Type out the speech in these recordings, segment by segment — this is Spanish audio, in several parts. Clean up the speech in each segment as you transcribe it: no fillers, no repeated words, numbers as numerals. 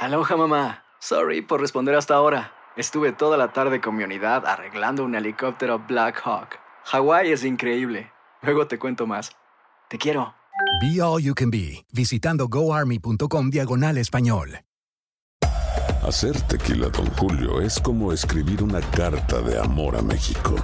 Aloha, mamá. Sorry por responder hasta ahora. Estuve toda la tarde con mi unidad arreglando un helicóptero Black Hawk. Hawái es increíble. Luego te cuento más. Te quiero. Be All You Can Be, visitando goarmy.com/español. Hacer tequila Don Julio es como escribir una carta de amor a México.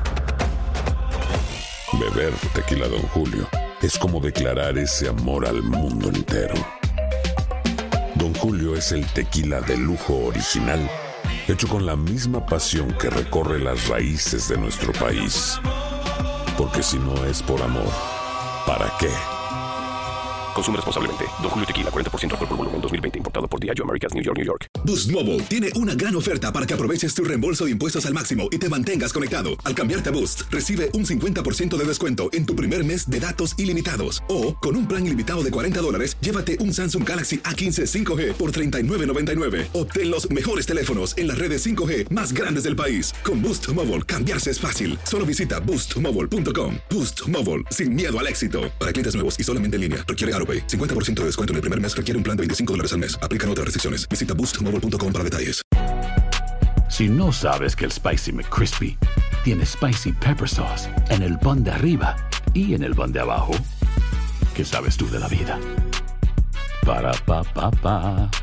Beber tequila Don Julio es como declarar ese amor al mundo entero. Don Julio es el tequila de lujo original, hecho con la misma pasión que recorre las raíces de nuestro país. Porque si no es por amor, ¿para qué? Consume responsablemente. Don Julio Tequila, 40% alcohol por volumen, 2020. Importado por Diageo Americas, New York, New York. Boost Mobile tiene una gran oferta para que aproveches tu reembolso de impuestos al máximo y te mantengas conectado. Al cambiarte a Boost, recibe un 50% de descuento en tu primer mes de datos ilimitados. O, con un plan ilimitado de $40, llévate un Samsung Galaxy A15 5G por $39.99. Obtén los mejores teléfonos en las redes 5G más grandes del país. Con Boost Mobile, cambiarse es fácil. Solo visita boostmobile.com. Boost Mobile, sin miedo al éxito. Para clientes nuevos y solamente en línea, requiere AutoPay. 50% de descuento en el primer mes requiere un plan de $25 al mes. Aplican otras restricciones. Visita boostmobile.com para detalles. Si no sabes que el Spicy McCrispy tiene Spicy Pepper Sauce en el pan de arriba y en el pan de abajo, ¿qué sabes tú de la vida? Para, pa, pa, pa.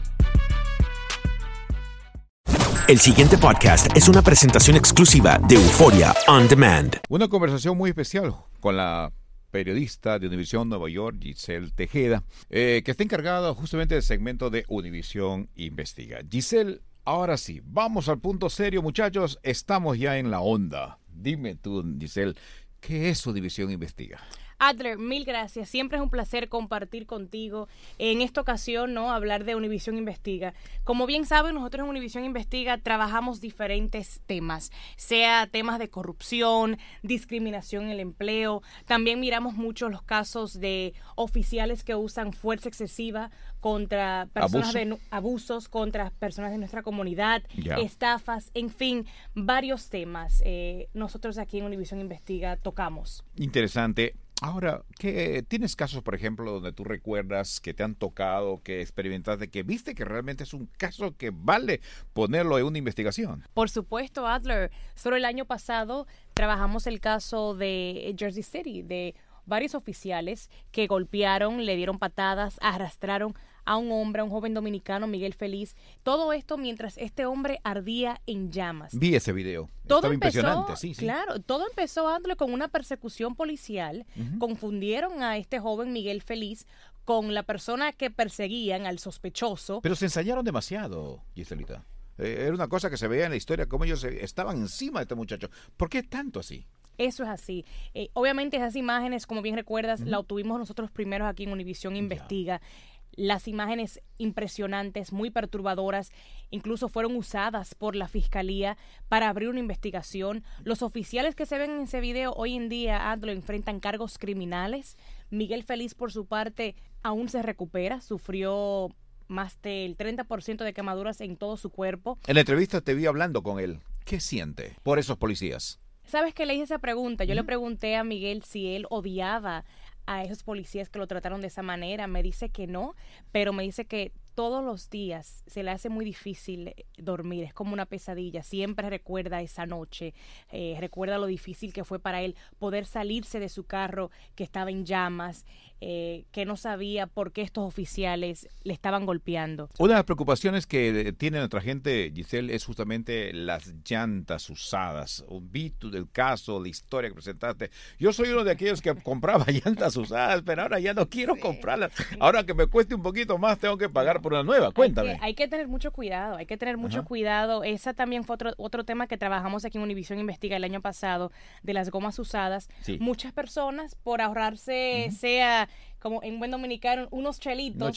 El siguiente podcast es una presentación exclusiva de Euphoria On Demand. Una conversación muy especial con la periodista de Univisión Nueva York, Giselle Tejeda, que está encargada justamente del segmento de Univisión Investiga. Giselle, ahora sí, vamos al punto serio, muchachos, estamos ya en la onda. Dime tú, Giselle, ¿qué es Univisión Investiga? Adler, mil gracias. Siempre es un placer compartir contigo. En esta ocasión, ¿no? Hablar de Univisión Investiga. Como bien saben, nosotros en Univisión Investiga trabajamos diferentes temas, sea temas de corrupción, discriminación en el empleo. También miramos mucho los casos de oficiales que usan fuerza excesiva contra personas abusos contra personas de nuestra comunidad, estafas, en fin, varios temas. Nosotros aquí en Univisión Investiga tocamos. Interesante. Ahora, ¿tienes casos, por ejemplo, donde tú recuerdas que te han tocado, que experimentaste, que viste que realmente es un caso que vale ponerlo en una investigación? Por supuesto, Adler. Solo el año pasado trabajamos el caso de Jersey City, de varios oficiales que golpearon, le dieron patadas, arrastraron a un hombre, a un joven dominicano, Miguel Feliz. Todo esto mientras este hombre ardía en llamas. Vi ese video. Todo Estaba empezó, impresionante, sí. Claro, todo empezó, André, con una persecución policial. Confundieron a este joven Miguel Feliz con la persona que perseguían, al sospechoso. Pero se ensañaron demasiado, Giselita. Era una cosa que se veía en la historia, cómo ellos estaban encima de este muchacho. ¿Por qué tanto así? Eso es así. Obviamente esas imágenes, como bien recuerdas, la obtuvimos nosotros primeros aquí en Univisión Investiga. Las imágenes impresionantes, muy perturbadoras, incluso fueron usadas por la Fiscalía para abrir una investigación. Los oficiales que se ven en ese video hoy en día, Adlo, enfrentan cargos criminales. Miguel Feliz, por su parte, aún se recupera, sufrió más del 30% de quemaduras en todo su cuerpo. En la entrevista te vi hablando con él. ¿Qué siente por esos policías? ¿Sabes qué le hice esa pregunta? Yo le pregunté a Miguel si él odiaba a esos policías que lo trataron de esa manera. Me dice que no, pero me dice que todos los días se le hace muy difícil dormir, es como una pesadilla. Siempre recuerda esa noche, recuerda lo difícil que fue para él poder salirse de su carro que estaba en llamas, que no sabía por qué estos oficiales le estaban golpeando. Una de las preocupaciones que tiene nuestra gente, Giselle, es justamente las llantas usadas. Vi del caso, la historia que presentaste. Yo soy uno de aquellos que compraba llantas usadas, pero ahora ya no quiero comprarlas. Ahora que me cueste un poquito más, tengo que pagar por una nueva. Cuéntame. Hay que tener mucho cuidado, cuidado. Esa también fue otro tema que trabajamos aquí en Univisión Investiga el año pasado, de las gomas usadas. Sí. Muchas personas, por ahorrarse, sea como en buen dominicano, unos chelitos,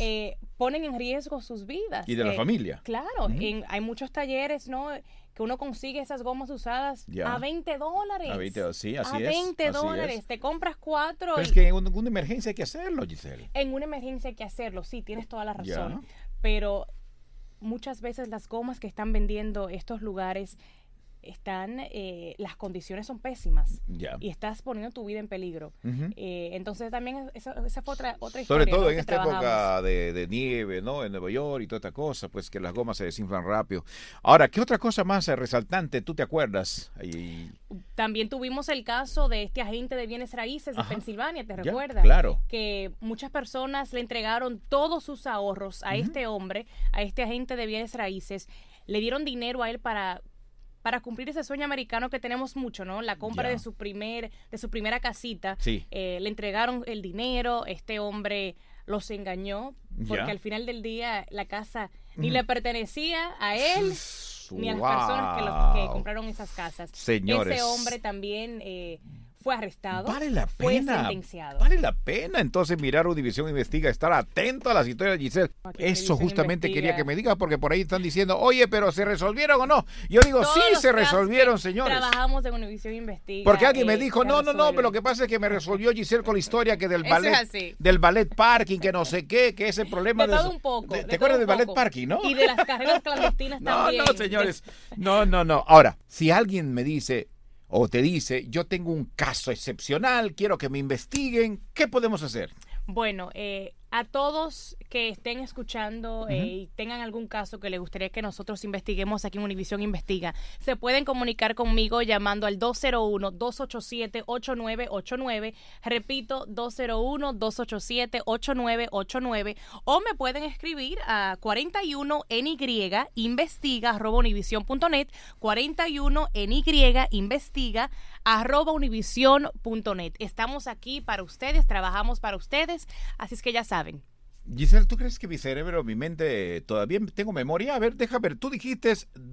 ponen en riesgo sus vidas. Y de la familia. Claro, hay muchos talleres, ¿no?, que uno consigue esas gomas usadas a $20. A 20, sí, así a $20. Te compras 4. Pero es que en una emergencia hay que hacerlo, Giselle. En una emergencia hay que hacerlo, sí, tienes toda la razón. Pero muchas veces las gomas que están vendiendo estos lugares las condiciones son pésimas y estás poniendo tu vida en peligro. Entonces también esa fue otra historia. Sobre todo, ¿no? en esta época de nieve, ¿no? En Nueva York y toda esta cosa, pues que las gomas se desinflan rápido. Ahora, ¿qué otra cosa más resaltante tú te acuerdas? También tuvimos el caso de este agente de bienes raíces de Pensilvania, ¿te recuerdas? Claro. Que muchas personas le entregaron todos sus ahorros a este hombre, a este agente de bienes raíces. Le dieron dinero a él para cumplir ese sueño americano que tenemos mucho, ¿no? La compra de su primera casita. Sí. Le entregaron el dinero, este hombre los engañó, porque al final del día la casa ni le pertenecía a él ni a las personas que compraron esas casas. Señores. Ese hombre también fue arrestado, vale la fue pena, sentenciado. Vale la pena entonces mirar Univisión Investiga, estar atento a las historias de Giselle. Eso justamente quería que me digas, porque por ahí están diciendo, oye, pero ¿se resolvieron o no? Yo digo, Todos sí, los se casos resolvieron, señores. Trabajamos en Univisión Investiga. Porque alguien me dijo, no, pero lo que pasa es que me resolvió Giselle con la historia que del ballet parking, que no sé qué, que ese problema de todo un poco. ¿Te acuerdas del ballet parking, no? Y de las carreras clandestinas también. No, señores. No. Ahora, si alguien me dice o te dice, yo tengo un caso excepcional, quiero que me investiguen, ¿qué podemos hacer? Bueno, a todos que estén escuchando y tengan algún caso que les gustaría que nosotros investiguemos aquí en Univisión Investiga, se pueden comunicar conmigo llamando al 201-287-8989, repito, 201-287-8989, o me pueden escribir a 41NY investiga@univision.net, 41NY investiga@univision.net. Estamos aquí para ustedes, trabajamos para ustedes, así es que ya saben. Giselle, ¿tú crees que mi cerebro, mi mente, todavía tengo memoria? A ver, deja ver, tú dijiste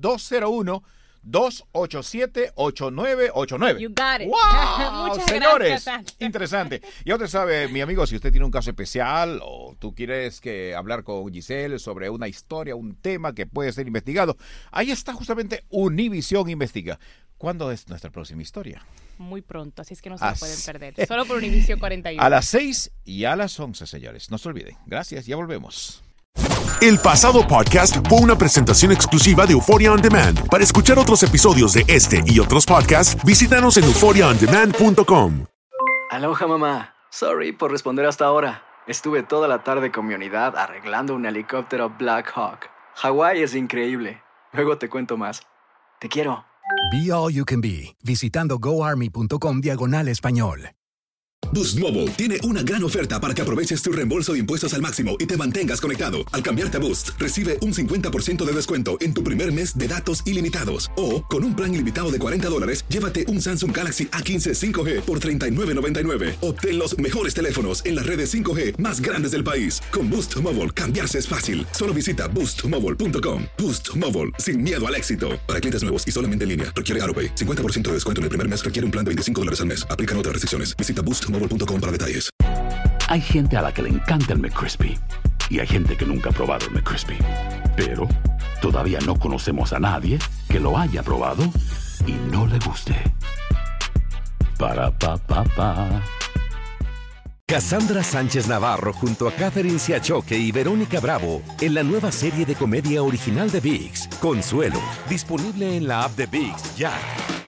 201-287-8989. You got it. ¡Wow! Muchas señores, gracias. interesante. Ya usted sabe, mi amigo, si usted tiene un caso especial o tú quieres hablar con Giselle sobre una historia, un tema que puede ser investigado, ahí está justamente Univisión Investiga. ¿Cuándo es nuestra próxima historia? Muy pronto, así es que no se la pueden perder. Solo por Univisión 41. A las 6 y a las 11, señores. No se olviden. Gracias, ya volvemos. El pasado podcast fue una presentación exclusiva de Euphoria On Demand. Para escuchar otros episodios de este y otros podcasts, visítanos en euphoriaondemand.com. Aloha, mamá. Sorry por responder hasta ahora. Estuve toda la tarde con mi unidad arreglando un helicóptero Black Hawk. Hawái es increíble. Luego te cuento más. Te quiero. Be All You Can Be, visitando goarmy.com/español. Boost Mobile tiene una gran oferta para que aproveches tu reembolso de impuestos al máximo y te mantengas conectado. Al cambiarte a Boost, recibe un 50% de descuento en tu primer mes de datos ilimitados. O, con un plan ilimitado de $40, llévate un Samsung Galaxy A15 5G por $39.99. Obtén los mejores teléfonos en las redes 5G más grandes del país. Con Boost Mobile, cambiarse es fácil. Solo visita boostmobile.com. Boost Mobile, sin miedo al éxito. Para clientes nuevos y solamente en línea, requiere AutoPay. 50% de descuento en el primer mes requiere un plan de $25 al mes. Aplican otras restricciones. Visita boostmobile.com para detalles. Hay gente a la que le encanta el McCrispy y hay gente que nunca ha probado el McCrispy. Pero todavía no conocemos a nadie que lo haya probado y no le guste. Para pa pa pa. Cassandra Sánchez Navarro junto a Catherine Siachoque y Verónica Bravo en la nueva serie de comedia original de ViX, Consuelo, disponible en la app de ViX ya.